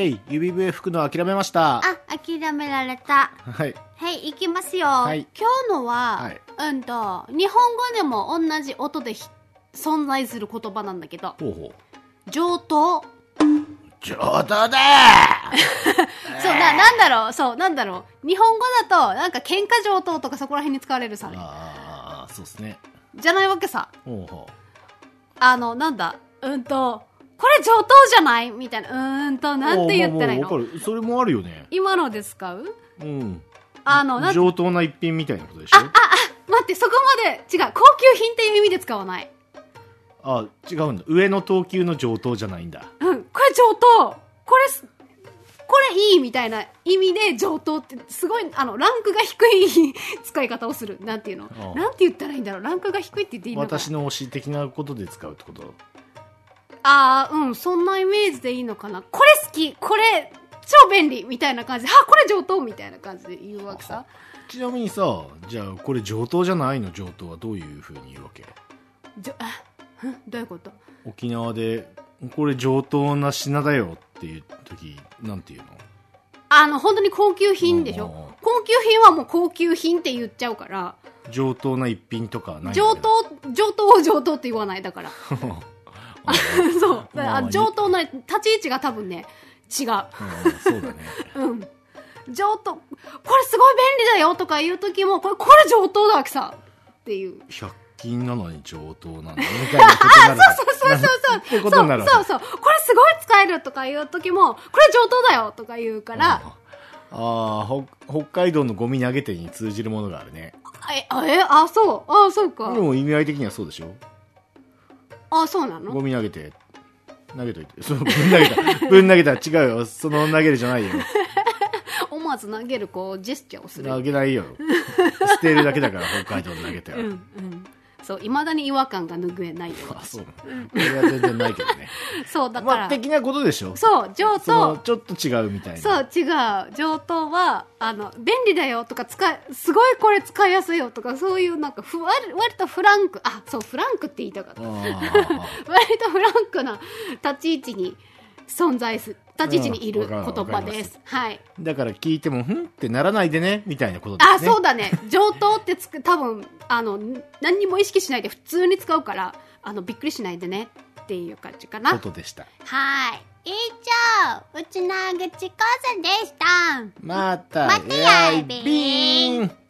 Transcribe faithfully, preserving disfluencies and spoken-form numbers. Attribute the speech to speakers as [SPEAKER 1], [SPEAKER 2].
[SPEAKER 1] ェイ、指笛吹くの諦めました。
[SPEAKER 2] あ、諦められた。
[SPEAKER 1] はい。
[SPEAKER 2] はい、行きますよ。
[SPEAKER 1] はい、
[SPEAKER 2] 今日のは、はい、うんと、日本語でも同じ音で存在する言葉なんだけど、
[SPEAKER 1] ほうほ
[SPEAKER 2] う上等。
[SPEAKER 1] 上等だー
[SPEAKER 2] そうな、なんだろう、そう、なんだろう。日本語だと、なんか喧嘩上等とかそこら辺に使われるさね。
[SPEAKER 1] ああ、そうですね。
[SPEAKER 2] じゃないわけさ。
[SPEAKER 1] ほうほう。
[SPEAKER 2] あの、なんだ、うんと、これ上等じゃないみたいな。うーんと、なんて言ったらいいの？
[SPEAKER 1] わかる。それもあるよね。
[SPEAKER 2] 今ので使う？
[SPEAKER 1] うん。
[SPEAKER 2] あの、
[SPEAKER 1] なん上等な一品みたいなことでしょ？
[SPEAKER 2] あ、あ、あ、待って、そこまで、違う。高級品っていう意味で使わない。
[SPEAKER 1] あ、違うんだ。上の等級の上等じゃないんだ。
[SPEAKER 2] うん、これ上等。これ、これいいみたいな意味で上等って、すごい、あの、ランクが低い使い方をする。なんていうの？ああ、なんて言ったらいいんだろう。ランクが低いって言っていいのかな？
[SPEAKER 1] 私の推し的なことで使うってこと？
[SPEAKER 2] ああ、うん、そんなイメージでいいのかな。これ好き、これ超便利みたいな感じで、あ、これ上等みたいな感じで言うわけさ。
[SPEAKER 1] ちなみにさ、じゃあこれ上等じゃないの上等はどういう風に言うわけ？
[SPEAKER 2] じょ、んどういうこと？
[SPEAKER 1] 沖縄でこれ上等な品だよっていう時なんて言うの？
[SPEAKER 2] あの本当に高級品でしょ。高級品はもう高級品って言っちゃうから。
[SPEAKER 1] 上等な一品とかない？
[SPEAKER 2] 上等、上等を上等って言わないだから。そう。だから上等な立ち位置が多分ね、違う。
[SPEAKER 1] うん、そうだね。
[SPEAKER 2] うん。上等、これすごい便利だよとか言うときも、これ、これ上等だわけさ。っていう。
[SPEAKER 1] ひゃく均なのに上等なのみたいなことになる。
[SPEAKER 2] あ、そうそうそうそうそう。ってことになる。そうそうそう。これすごい使えるとか言うときも、これ上等だよとか言うから。あ
[SPEAKER 1] あ、北海道のゴミ投げ店に通じるものがあるね。
[SPEAKER 2] え、あ、え、あ、そう。あ、そうか。
[SPEAKER 1] でも意味合い的にはそうでしょ？
[SPEAKER 2] あ、そうなの？
[SPEAKER 1] ゴミ投げて、投げといて。そう、ぶん投げた。ぶん投げた。違うよ。その投げるじゃないよ。
[SPEAKER 2] 思わず投げる、こう、ジェスチャーをする。
[SPEAKER 1] 投げないよ。捨てるだけだから、北海道で投げては。うん、うん。
[SPEAKER 2] そう、未だに違和感が拭えないよ。
[SPEAKER 1] あ、そう。これは全然ないけどね。
[SPEAKER 2] そう、だから。
[SPEAKER 1] まあ、的なことでしょ？
[SPEAKER 2] そう、上等。
[SPEAKER 1] ちょっと違うみたいな。
[SPEAKER 2] そう、違う。上等は、あの、便利だよとか、使い、すごいこれ使いやすいよとか、そういうなんか、ふわり、割とフランク、あ、そう、フランクって言いたかった。割とフランクな立ち位置に存在する。立ち位置にいる言葉です。はい。
[SPEAKER 1] だから聞いても、ふんってならないでね、みたいなことですね。
[SPEAKER 2] あ、そうだね。上等ってつく、多分、あの、何にも意識しないで普通に使うから、あの、びっくりしないでねっていう感じかな。
[SPEAKER 1] ことでした。
[SPEAKER 2] はい。以上、うちなぐちこさんでした。
[SPEAKER 1] また、
[SPEAKER 2] またやいびーん。